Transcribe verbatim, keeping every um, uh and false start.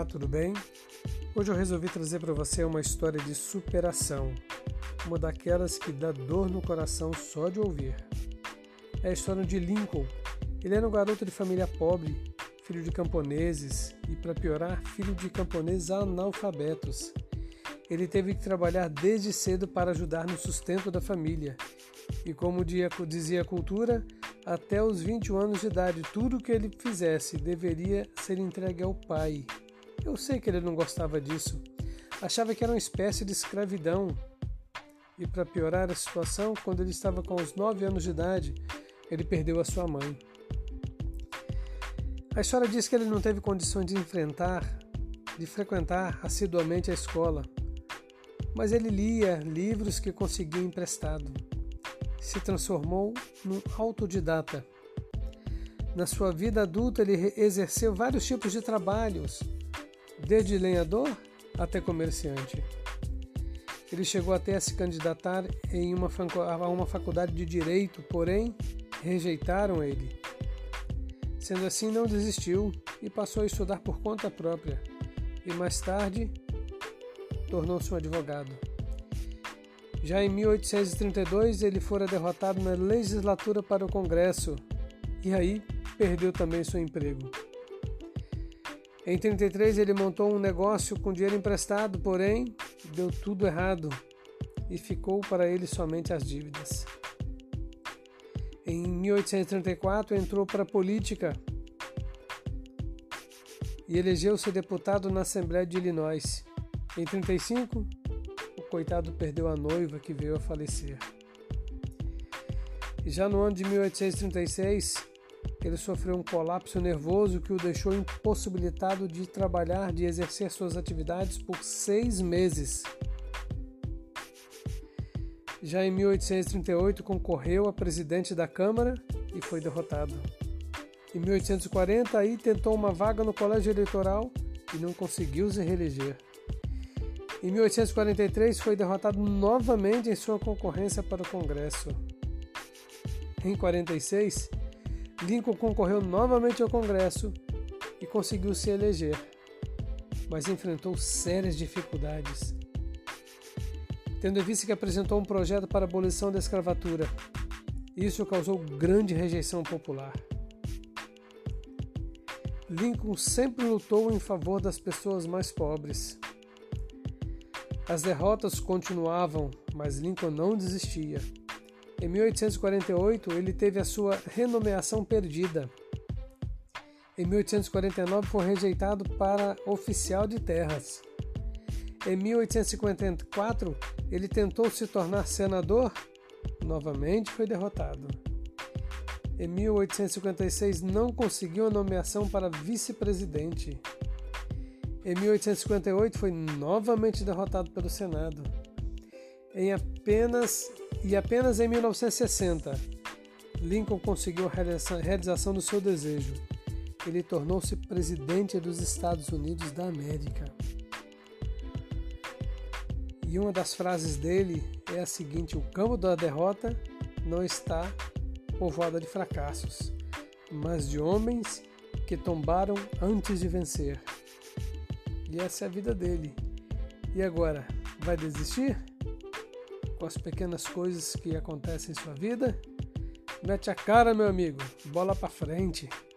Olá, tudo bem? Hoje eu resolvi trazer para você uma história de superação, uma daquelas que dá dor no coração só de ouvir. É a história de Lincoln. Ele era um garoto de família pobre, filho de camponeses e, para piorar, filho de camponeses analfabetos. Ele teve que trabalhar desde cedo para ajudar no sustento da família. E como dizia a cultura, até os vinte e um anos de idade, tudo o que ele fizesse deveria ser entregue ao pai. Eu sei que ele não gostava disso. Achava que era uma espécie de escravidão. E para piorar a situação, quando ele estava com os nove anos de idade, ele perdeu a sua mãe. A história diz que ele não teve condições de enfrentar, de frequentar assiduamente a escola, mas ele lia livros que conseguia emprestado. Se transformou num autodidata. Na sua vida adulta, ele exerceu vários tipos de trabalhos, desde lenhador até comerciante. Ele chegou até a se candidatar em uma, a uma faculdade de Direito, porém, rejeitaram ele. Sendo assim, não desistiu e passou a estudar por conta própria. E mais tarde, tornou-se um advogado. Já em mil oitocentos e trinta e dois, ele fora derrotado na legislatura para o Congresso e aí perdeu também seu emprego. Em trinta e três, ele montou um negócio com dinheiro emprestado, porém deu tudo errado e ficou para ele somente as dívidas. Em mil oitocentos e trinta e quatro, entrou para a política e elegeu-se deputado na Assembleia de Illinois. Em trinta e cinco, o coitado perdeu a noiva que veio a falecer. E já no ano de mil oitocentos e trinta e seis, ele sofreu um colapso nervoso que o deixou impossibilitado de trabalhar, de exercer suas atividades por seis meses. Já em mil oitocentos e trinta e oito, concorreu a presidente da Câmara e foi derrotado. Em mil oitocentos e quarenta, aí tentou uma vaga no colégio eleitoral e não conseguiu se reeleger. Em mil oitocentos e quarenta e três, foi derrotado novamente em sua concorrência para o Congresso. Em quarenta e seis, Lincoln concorreu novamente ao Congresso e conseguiu se eleger, mas enfrentou sérias dificuldades, tendo em vista que apresentou um projeto para a abolição da escravatura. Isso causou grande rejeição popular. Lincoln sempre lutou em favor das pessoas mais pobres. As derrotas continuavam, mas Lincoln não desistia. Em mil oitocentos e quarenta e oito, ele teve a sua renomeação perdida. Em mil oitocentos e quarenta e nove, foi rejeitado para oficial de terras. Em mil oitocentos e cinquenta e quatro, ele tentou se tornar senador, novamente foi derrotado. Em mil oitocentos e cinquenta e seis, não conseguiu a nomeação para vice-presidente. Em mil oitocentos e cinquenta e oito, foi novamente derrotado pelo Senado. Em apenas, e apenas em mil novecentos e sessenta, Lincoln conseguiu a realização do seu desejo. Ele tornou-se presidente dos Estados Unidos da América. E uma das frases dele é a seguinte: o campo da derrota não está povoado de fracassos, mas de homens que tombaram antes de vencer. E essa é a vida dele. E agora, vai desistir? Com as pequenas coisas que acontecem em sua vida? Mete a cara, meu amigo. Bola pra frente.